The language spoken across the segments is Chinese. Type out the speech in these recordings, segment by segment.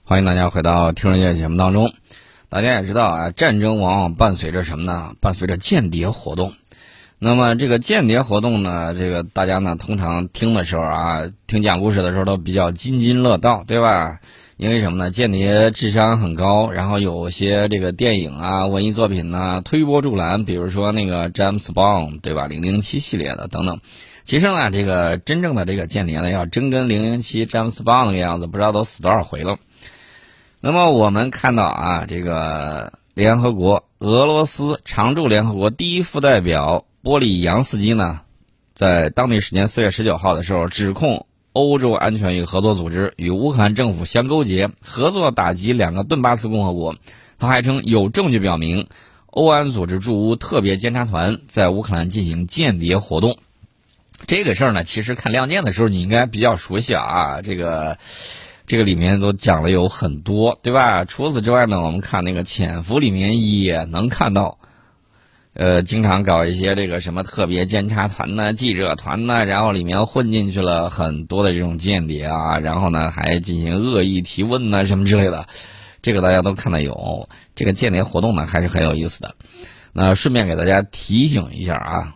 欢迎大家回到听世界节目当中。大家也知道啊，战争往往伴随着什么呢？伴随着间谍活动。那么这个间谍活动呢，这个大家呢通常听的时候啊，听讲故事的时候都比较津津乐道，对吧？因为什么呢？间谍智商很高，然后有些这个电影啊、文艺作品呢推波助澜，比如说那个詹姆斯邦德，对吧？007系列的等等。其实呢，这个真正的这个间谍呢，要真跟007詹姆斯邦德那个样子，不知道都死多少回了。那么我们看到啊，这个联合国俄罗斯常驻联合国第一副代表波利扬斯基呢，在当地时间4月19号的时候，指控欧洲安全与合作组织与乌克兰政府相勾结，合作打击2个顿巴斯共和国。他还称有证据表明，欧安组织驻乌特别监察团在乌克兰进行间谍活动。这个事儿呢，其实看《亮剑》的时候你应该比较熟悉啊，这个里面都讲了有很多，对吧？除此之外呢，我们看那个《潜伏》里面也能看到，经常搞一些这个什么特别监察团呢、记者团呢，然后里面混进去了很多的这种间谍啊，然后呢还进行恶意提问呢什么之类的，这个大家都看得有。这个间谍活动呢还是很有意思的。那顺便给大家提醒一下，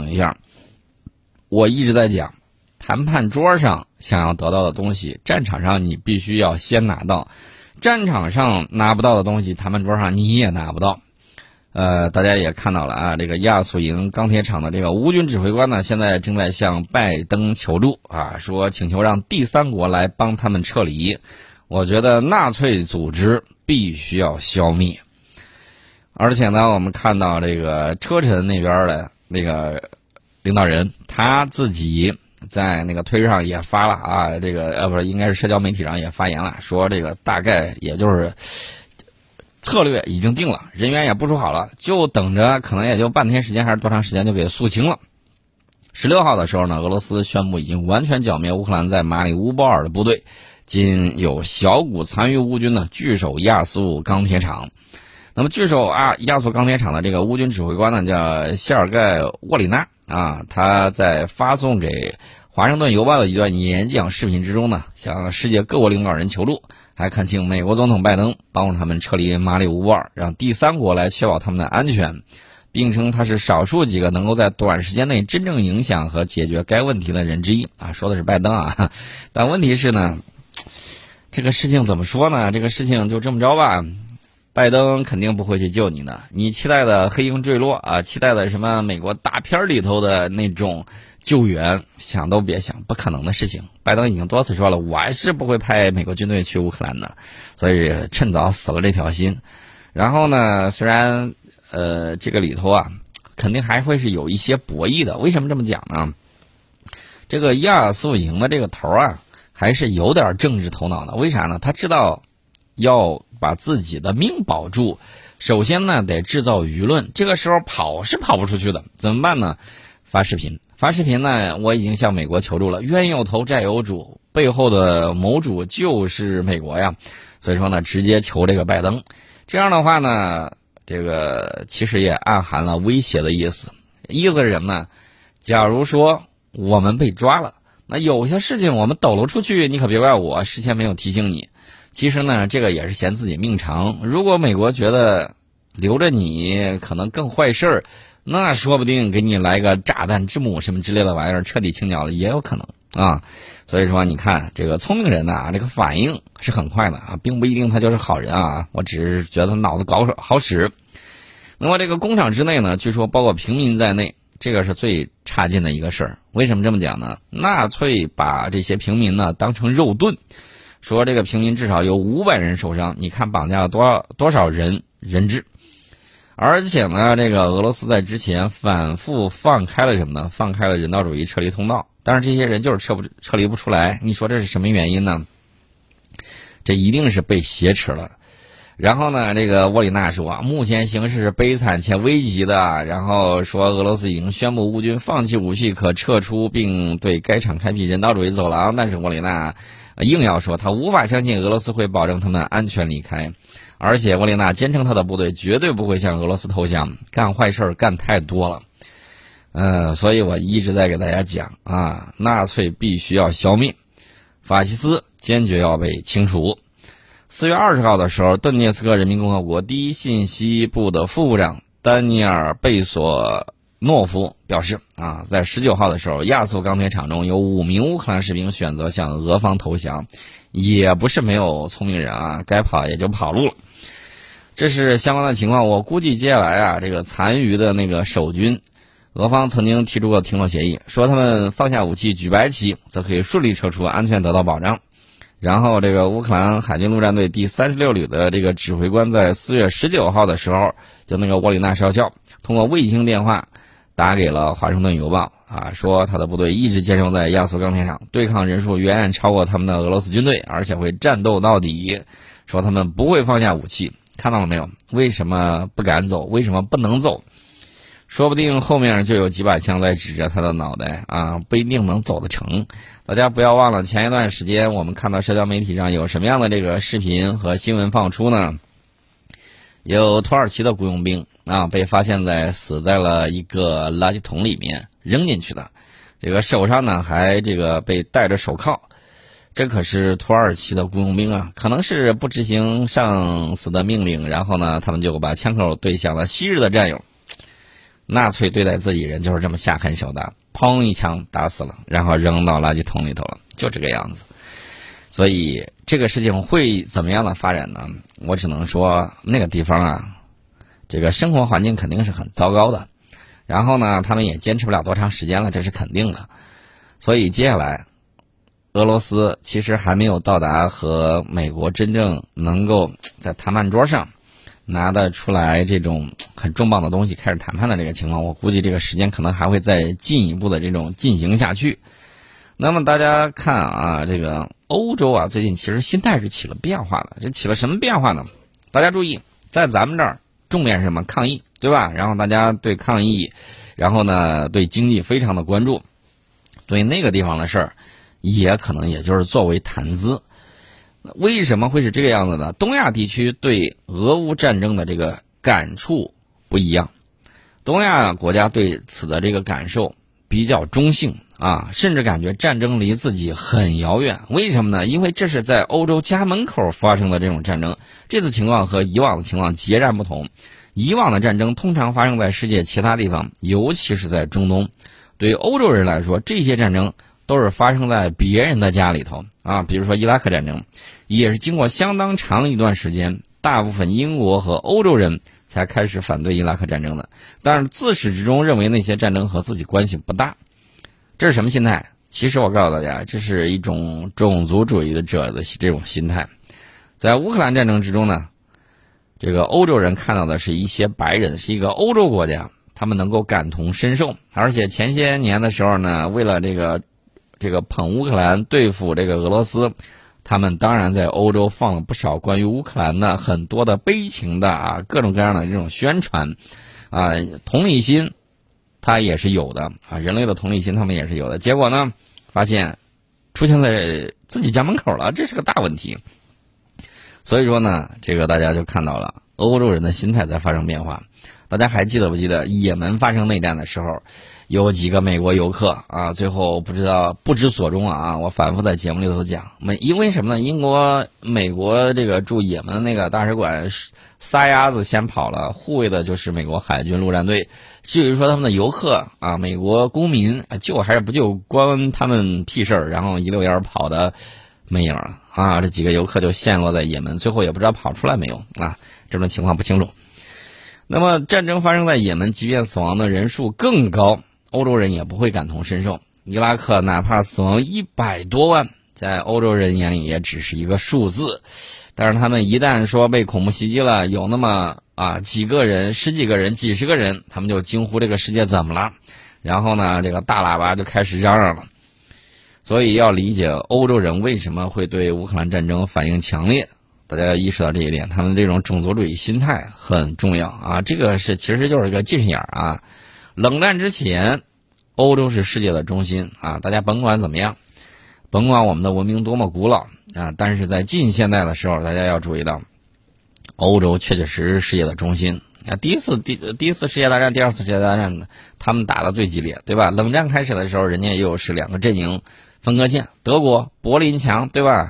我一直在讲，谈判桌上想要得到的东西，战场上你必须要先拿到，战场上拿不到的东西，谈判桌上你也拿不到。大家也看到了啊，这个亚速营钢铁厂的这个乌军指挥官呢，现在正在向拜登求助啊，说请求让第三国来帮他们撤离。我觉得纳粹组织必须要消灭。而且呢，我们看到这个车臣那边的那个领导人，他自己在那个推特上也发了啊，这个不是，应该是社交媒体上也发言了，说这个大概也就是策略已经定了，人员也部署好了，就等着可能也就半天时间还是多长时间就给肃清了。16号的时候呢，俄罗斯宣布已经完全剿灭乌克兰在马里乌波尔的部队，仅有小股残余乌军呢据守亚速钢铁厂。那么据守亚速钢铁厂的这个乌军指挥官呢叫谢尔盖沃里纳啊，他在发送给华盛顿邮报的一段演讲视频之中呢，向世界各国领导人求助，还恳请美国总统拜登帮助他们撤离马里乌波尔，让第三国来确保他们的安全，并称他是少数几个能够在短时间内真正影响和解决该问题的人之一啊，说的是拜登啊。但问题是呢，这个事情怎么说呢？这个事情就这么着吧，拜登肯定不会去救你的。你期待的黑鹰坠落啊，期待的什么美国大片里头的那种救援，想都别想，不可能的事情。拜登已经多次说了，我还是不会派美国军队去乌克兰的，所以趁早死了这条心。然后呢，虽然这个里头啊，肯定还会是有一些博弈的。为什么这么讲呢？这个亚速营的这个头啊，还是有点政治头脑的。为啥呢？他知道要把自己的命保住，首先呢得制造舆论，这个时候跑是跑不出去的，怎么办呢？发视频呢，我已经向美国求助了，冤有头债有主，背后的谋主就是美国呀，所以说呢直接求这个拜登。这样的话呢，这个其实也暗含了威胁的意思是什么呢？假如说我们被抓了，那有些事情我们抖露出去，你可别怪我事先没有提醒你。其实呢，这个也是嫌自己命长。如果美国觉得留着你可能更坏事儿，那说不定给你来个炸弹之母什么之类的玩意儿，彻底清剿了也有可能啊。所以说，你看这个聪明人呢，这个反应是很快的啊，并不一定他就是好人啊。我只是觉得他脑子好使。那么这个工厂之内呢，据说包括平民在内，这个是最差劲的一个事儿。为什么这么讲呢？纳粹把这些平民呢当成肉盾。说这个平民至少有500人受伤，你看绑架了多少人质。而且呢，这个俄罗斯在之前反复放开了什么呢？放开了人道主义撤离通道，但是这些人就是撤离不出来。你说这是什么原因呢？这一定是被挟持了。然后呢，这个沃里纳说目前形势是悲惨且危急的，然后说俄罗斯已经宣布乌军放弃武器可撤出，并对该厂开辟人道主义走廊，但是沃里纳硬要说他无法相信俄罗斯会保证他们安全离开，而且沃里纳坚称他的部队绝对不会向俄罗斯投降，干坏事干太多了。所以我一直在给大家讲啊，纳粹必须要消灭，法西斯坚决要被清除。 4月20号的时候，顿涅茨克人民共和国第一信息部的副部长丹尼尔·贝索诺夫表示，在19号的时候，亚速钢铁厂中有5名乌克兰士兵选择向俄方投降，也不是没有聪明人该跑也就跑路了。这是相关的情况。我估计接下来这个残余的那个守军，俄方曾经提出过停火协议，说他们放下武器举白旗，则可以顺利撤出，安全得到保障。然后这个乌克兰海军陆战队第36旅的这个指挥官在4月19号的时候，就那个沃里纳少校通过卫星电话打给了华盛顿邮报说他的部队一直坚守在亚速钢铁厂，对抗人数远远超过他们的俄罗斯军队，而且会战斗到底，说他们不会放下武器。看到了没有？为什么不敢走？为什么不能走？说不定后面就有几把枪在指着他的脑袋不一定能走得成。大家不要忘了，前一段时间我们看到社交媒体上有什么样的这个视频和新闻放出呢？有土耳其的雇佣兵被发现死在了一个垃圾桶里面扔进去的，这个手上呢还这个被戴着手铐。这可是土耳其的雇佣兵可能是不执行上司的命令，然后呢他们就把枪口对向了昔日的战友。纳粹对待自己人就是这么下狠手的，砰一枪打死了，然后扔到垃圾桶里头了，就这个样子。所以这个事情会怎么样的发展呢？我只能说那个地方这个生活环境肯定是很糟糕的，然后呢他们也坚持不了多长时间了，这是肯定的。所以接下来俄罗斯其实还没有到达和美国真正能够在谈判桌上拿得出来这种很重磅的东西开始谈判的这个情况，我估计这个时间可能还会再进一步的这种进行下去。那么大家看这个欧洲最近其实心态是起了变化的。这起了什么变化呢？大家注意，在咱们这儿重点是什么？抗疫，对吧？然后大家对抗疫，然后呢对经济非常的关注，对那个地方的事儿也可能也就是作为谈资。为什么会是这个样子呢？东亚地区对俄乌战争的这个感触不一样，东亚国家对此的这个感受比较中性甚至感觉战争离自己很遥远。为什么呢？因为这是在欧洲家门口发生的这种战争，这次情况和以往的情况截然不同。以往的战争通常发生在世界其他地方，尤其是在中东。对于欧洲人来说，这些战争都是发生在别人的家里头比如说伊拉克战争，也是经过相当长一段时间，大部分英国和欧洲人才开始反对伊拉克战争的，但是自始至终认为那些战争和自己关系不大。这是什么心态？其实我告诉大家，这是一种种族主义者的这种心态。在乌克兰战争之中呢，这个欧洲人看到的是一些白人，是一个欧洲国家，他们能够感同身受。而且前些年的时候呢，为了这个捧乌克兰对付这个俄罗斯，他们当然在欧洲放了不少关于乌克兰的很多的悲情的各种各样的这种宣传同理心它也是有的人类的同理心他们也是有的。结果呢，发现出现在自己家门口了，这是个大问题。所以说呢，这个大家就看到了欧洲人的心态在发生变化。大家还记得不记得也门发生内战的时候，有几个美国游客最后不知所终我反复在节目里头讲，因为什么呢？美国这个驻也门的那个大使馆撒丫子先跑了，护卫的就是美国海军陆战队。至于说他们的游客美国公民救还是不救关他们屁事儿，然后一溜烟跑的没影了这几个游客就陷落在也门，最后也不知道跑出来没有这种情况不清楚。那么战争发生在也门，即便死亡的人数更高，欧洲人也不会感同身受。伊拉克哪怕死亡100多万，在欧洲人眼里也只是一个数字，但是他们一旦说被恐怖袭击了，有那么几个人、十几个人、几十个人，他们就惊呼这个世界怎么了，然后呢这个大喇叭就开始嚷嚷了。所以要理解欧洲人为什么会对乌克兰战争反应强烈，大家要意识到这一点，他们这种种族主义心态很重要这个其实就是一个近视眼冷战之前，欧洲是世界的中心大家甭管怎么样，甭管我们的文明多么古老但是在近现代的时候，大家要注意到，欧洲确确实实是世界的中心第一次世界大战、第二次世界大战他们打得最激烈，对吧？冷战开始的时候，人家又是两个阵营分割线，德国柏林墙，对吧？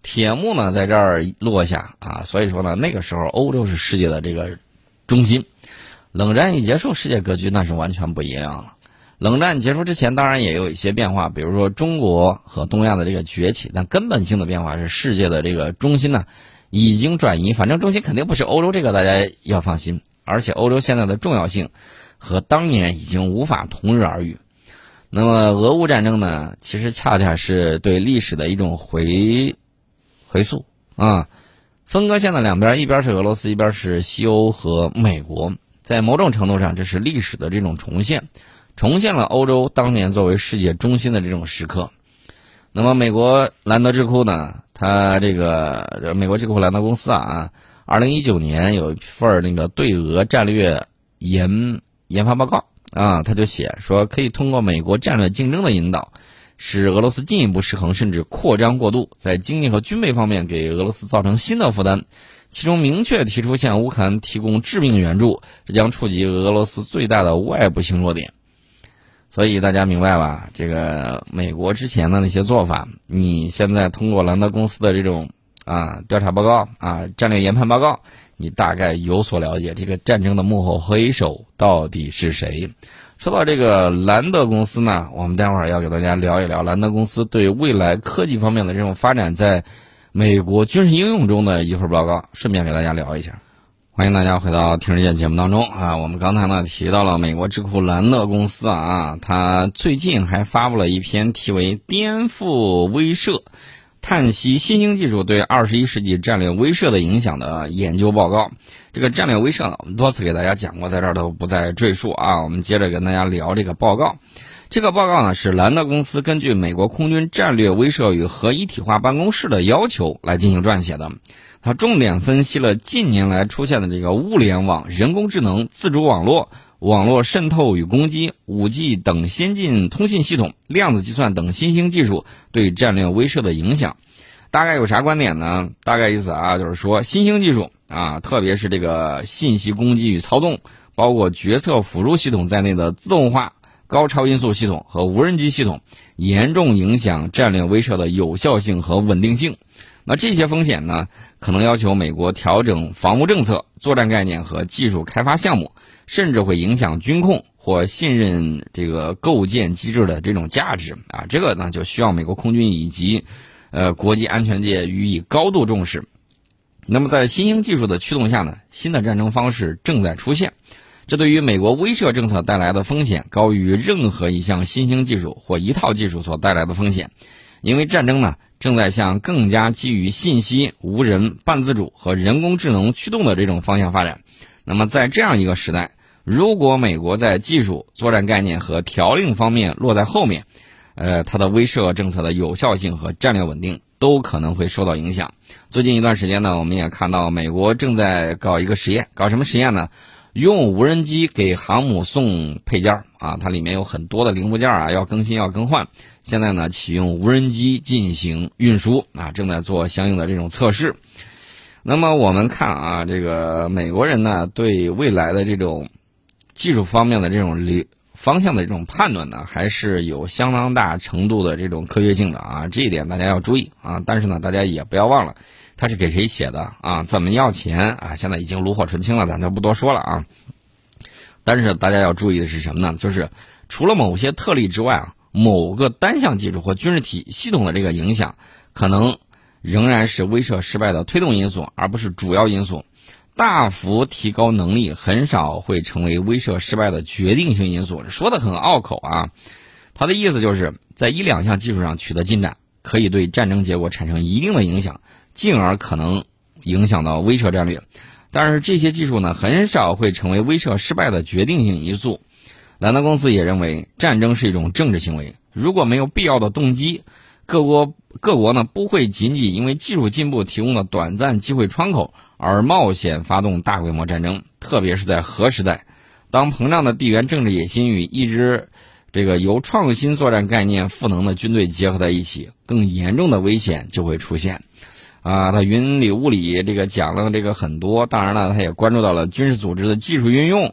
铁幕呢在这儿落下啊，所以说呢，那个时候欧洲是世界的这个中心。冷战一结束，世界格局那是完全不一样了。冷战结束之前，当然也有一些变化，比如说中国和东亚的这个崛起，但根本性的变化是世界的这个中心呢已经转移，反正中心肯定不是欧洲，这个大家要放心。而且欧洲现在的重要性和当年已经无法同日而语。那么俄乌战争呢，其实恰恰是对历史的一种回溯啊。分割线的两边，一边是俄罗斯，一边是西欧和美国，在某种程度上这是历史的这种重现了欧洲当年作为世界中心的这种时刻。那么美国兰德智库呢，它这个美国智库兰德公司啊，2019年有一份那个对俄战略研发报告啊，他就写说可以通过美国战略竞争的引导，使俄罗斯进一步失衡甚至扩张过度，在经济和军备方面给俄罗斯造成新的负担。其中明确提出向乌克兰提供致命援助，这将触及俄罗斯最大的外部性弱点。所以大家明白吧？这个美国之前的那些做法，你现在通过兰德公司的这种调查报告战略研判报告，你大概有所了解，这个战争的幕后黑手到底是谁？说到这个兰德公司呢，我们待会儿要给大家聊一聊兰德公司对未来科技方面的这种发展在美国军事应用中的一份报告，顺便给大家聊一下。欢迎大家回到听世界节目当中我们刚才呢提到了美国智库兰德公司它最近还发布了一篇题为《颠覆威慑：探析新兴技术对21世纪战略威慑的影响》的研究报告。这个战略威慑呢，我们多次给大家讲过，在这儿都不再赘述我们接着跟大家聊这个报告。这个报告呢是兰德公司根据美国空军战略威慑与合一体化办公室的要求来进行撰写的。它重点分析了近年来出现的这个物联网、人工智能、自主网络、网络渗透与攻击、5G 等先进通信系统、量子计算等新兴技术对战略威慑的影响。大概有啥观点呢？大概意思就是说新兴技术特别是这个信息攻击与操纵，包括决策辅助系统在内的自动化、高超音速系统和无人机系统，严重影响战略威慑的有效性和稳定性。那这些风险呢，可能要求美国调整防务政策、作战概念和技术开发项目，甚至会影响军控或信任这个构建机制的这种价值这个呢就需要美国空军以及国际安全界予以高度重视。那么在新兴技术的驱动下呢，新的战争方式正在出现，这对于美国威慑政策带来的风险高于任何一项新兴技术或一套技术所带来的风险。因为战争呢正在向更加基于信息、无人、半自主和人工智能驱动的这种方向发展。那么在这样一个时代，如果美国在技术、作战概念和条令方面落在后面，它的威慑政策的有效性和战略稳定都可能会受到影响。最近一段时间呢，我们也看到美国正在搞一个实验，搞什么实验呢？用无人机给航母送配件它里面有很多的零部件要更新要更换。现在呢，启用无人机进行运输正在做相应的这种测试。那么我们看这个美国人呢对未来的这种技术方面的这种方向的这种判断呢，还是有相当大程度的这种科学性的这一点大家要注意但是呢，大家也不要忘了，他是给谁写的怎么要钱现在已经炉火纯青了，咱就不多说了但是大家要注意的是什么呢？就是除了某些特例之外某个单项技术或军事体系统的这个影响，可能仍然是威慑失败的推动因素，而不是主要因素。大幅提高能力很少会成为威慑失败的决定性因素。说的很拗口他的意思就是在一两项技术上取得进展，可以对战争结果产生一定的影响，进而可能影响到威慑战略。但是这些技术呢，很少会成为威慑失败的决定性因素。兰德公司也认为，战争是一种政治行为，如果没有必要的动机，各国呢不会仅仅因为技术进步提供的短暂机会窗口而冒险发动大规模战争，特别是在核时代，当膨胀的地缘政治野心与一支这个由创新作战概念赋能的军队结合在一起，更严重的危险就会出现。他云里雾里这个讲了这个很多，当然了，他也关注到了军事组织的技术运用，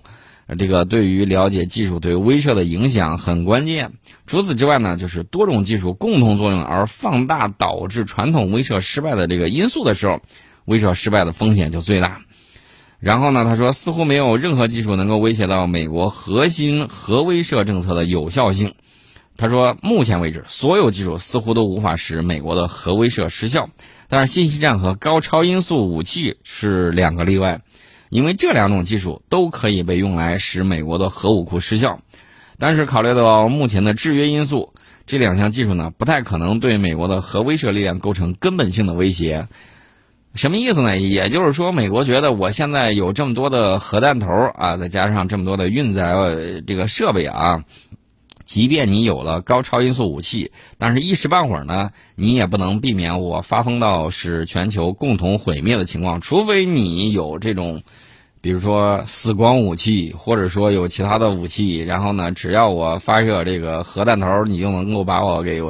这个对于了解技术对威慑的影响很关键。除此之外呢，就是多种技术共同作用而放大导致传统威慑失败的这个因素的时候，威慑失败的风险就最大。然后呢，他说似乎没有任何技术能够威胁到美国核心核威慑政策的有效性。他说目前为止所有技术似乎都无法使美国的核威慑失效，但是信息战和高超音速武器是两个例外，因为这两种技术都可以被用来使美国的核武库失效。但是考虑到目前的制约因素，这两项技术呢不太可能对美国的核威慑力量构成根本性的威胁。什么意思呢？也就是说，美国觉得我现在有这么多的核弹头啊，再加上这么多的运载这个设备啊，即便你有了高超音速武器，但是一时半会儿呢，你也不能避免我发疯到使全球共同毁灭的情况，除非你有这种，比如说死光武器，或者说有其他的武器，然后呢，只要我发射这个核弹头，你就能够把我给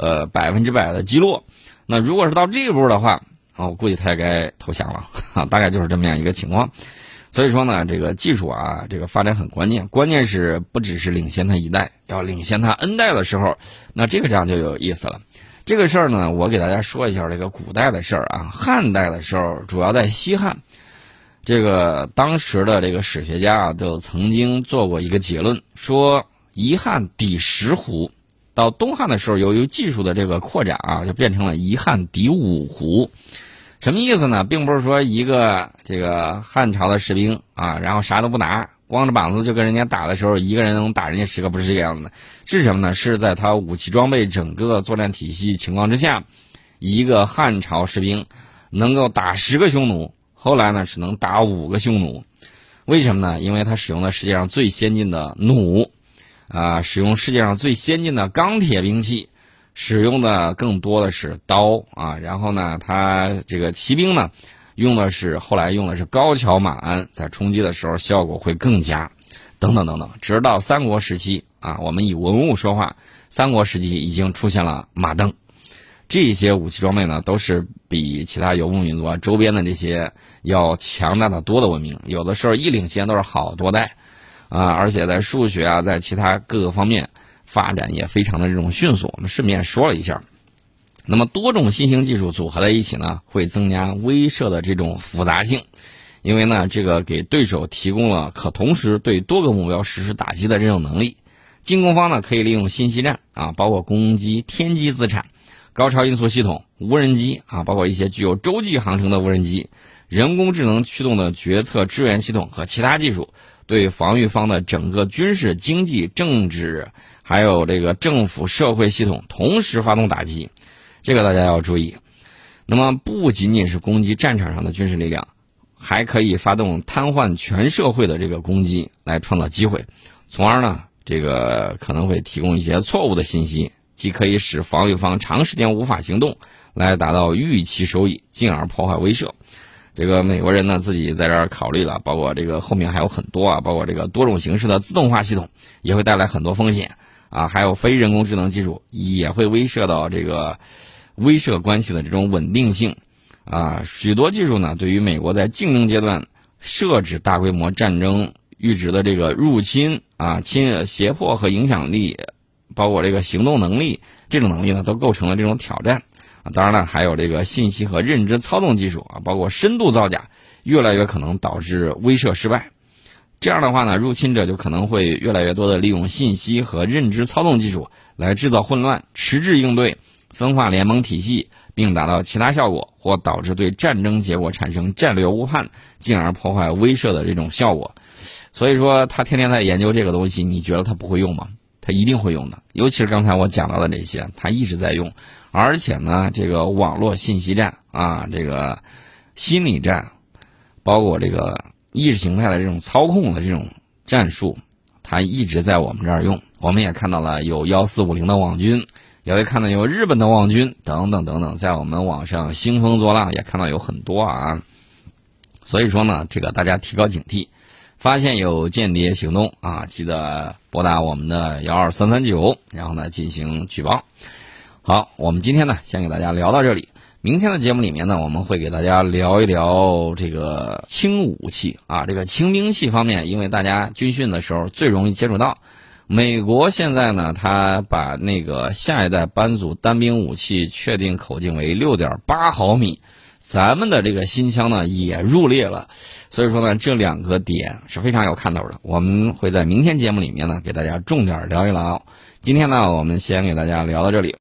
100%的击落。那如果是到这一步的话，我估计他也该投降了大概就是这么样一个情况。所以说呢，这个技术啊，这个发展很关键，关键是不只是领先它一代，要领先它 N 代的时候，那这样就有意思了。这个事儿呢，我给大家说一下这个古代的事儿啊。汉代的时候，主要在西汉，这个当时的这个史学家啊，就曾经做过一个结论，说夷汉抵10胡。到东汉的时候，由于技术的这个扩展啊，就变成了夷汉抵5胡。什么意思呢？并不是说一个这个汉朝的士兵啊，然后啥都不拿，光着膀子就跟人家打的时候，一个人能打人家10个，不是这个样子的。是什么呢？是在他武器装备整个作战体系情况之下，一个汉朝士兵能够打10个匈奴，后来呢是能打5个匈奴。为什么呢？因为他使用了世界上最先进的弩使用世界上最先进的钢铁兵器，使用的更多的是刀啊，然后呢，他这个骑兵呢，后来用的是高桥马鞍，在冲击的时候效果会更佳，等等等等。直到三国时期啊，我们以文物说话，三国时期已经出现了马镫，这些武器装备呢，都是比其他游牧民族啊周边的这些要强大的多的文明，有的时候一领先都是好多代啊，而且在数学啊，在其他各个方面发展也非常的这种迅速。我们顺便说了一下，那么多种新型技术组合在一起呢，会增加威慑的这种复杂性，因为呢，这个给对手提供了可同时对多个目标实施打击的这种能力。进攻方呢，可以利用信息战啊，包括攻击天基资产、高超音速系统、无人机啊，包括一些具有洲际航程的无人机、人工智能驱动的决策支援系统和其他技术，对防御方的整个军事、经济、政治，还有这个政府社会系统同时发动打击，这个大家要注意。那么不仅仅是攻击战场上的军事力量，还可以发动瘫痪全社会的这个攻击，来创造机会，从而呢，这个可能会提供一些错误的信息，既可以使防御方长时间无法行动，来达到预期收益，进而破坏威慑。这个美国人呢自己在这儿考虑了，包括这个后面还有很多啊，包括这个多种形式的自动化系统也会带来很多风险啊，还有非人工智能技术也会威慑到这个威慑关系的这种稳定性啊。许多技术呢，对于美国在竞争阶段设置大规模战争阈值的这个入侵啊、胁迫和影响力，包括这个行动能力，这种能力呢都构成了这种挑战。当然了，还有这个信息和认知操纵技术啊，包括深度造假，越来越可能导致威慑失败。这样的话呢，入侵者就可能会越来越多的利用信息和认知操纵技术来制造混乱、迟滞应对、分化联盟体系，并达到其他效果，或导致对战争结果产生战略误判，进而破坏威慑的这种效果。所以说，他天天在研究这个东西，你觉得他不会用吗？他一定会用的，尤其是刚才我讲到的这些，他一直在用。而且呢，这个网络信息战啊，这个心理战，包括这个意识形态的这种操控的这种战术，它一直在我们这儿用。我们也看到了有1450的网军，也会看到有日本的网军等等等等，在我们网上兴风作浪，也看到有很多啊。所以说呢，这个大家提高警惕，发现有间谍行动啊，记得拨打我们的12339，然后呢进行举报。好，我们今天呢先给大家聊到这里。 明天的节目里面呢，我们会给大家聊一聊这个轻武器啊，这个轻兵器方面，因为大家军训的时候最容易接触到。美国现在呢，他把那个下一代班组单兵武器确定口径为 6.8 毫米，咱们的这个新枪呢也入列了，所以说呢，这2个点是非常有看头的。我们会在明天节目里面呢给大家重点聊一聊。今天呢，我们先给大家聊到这里。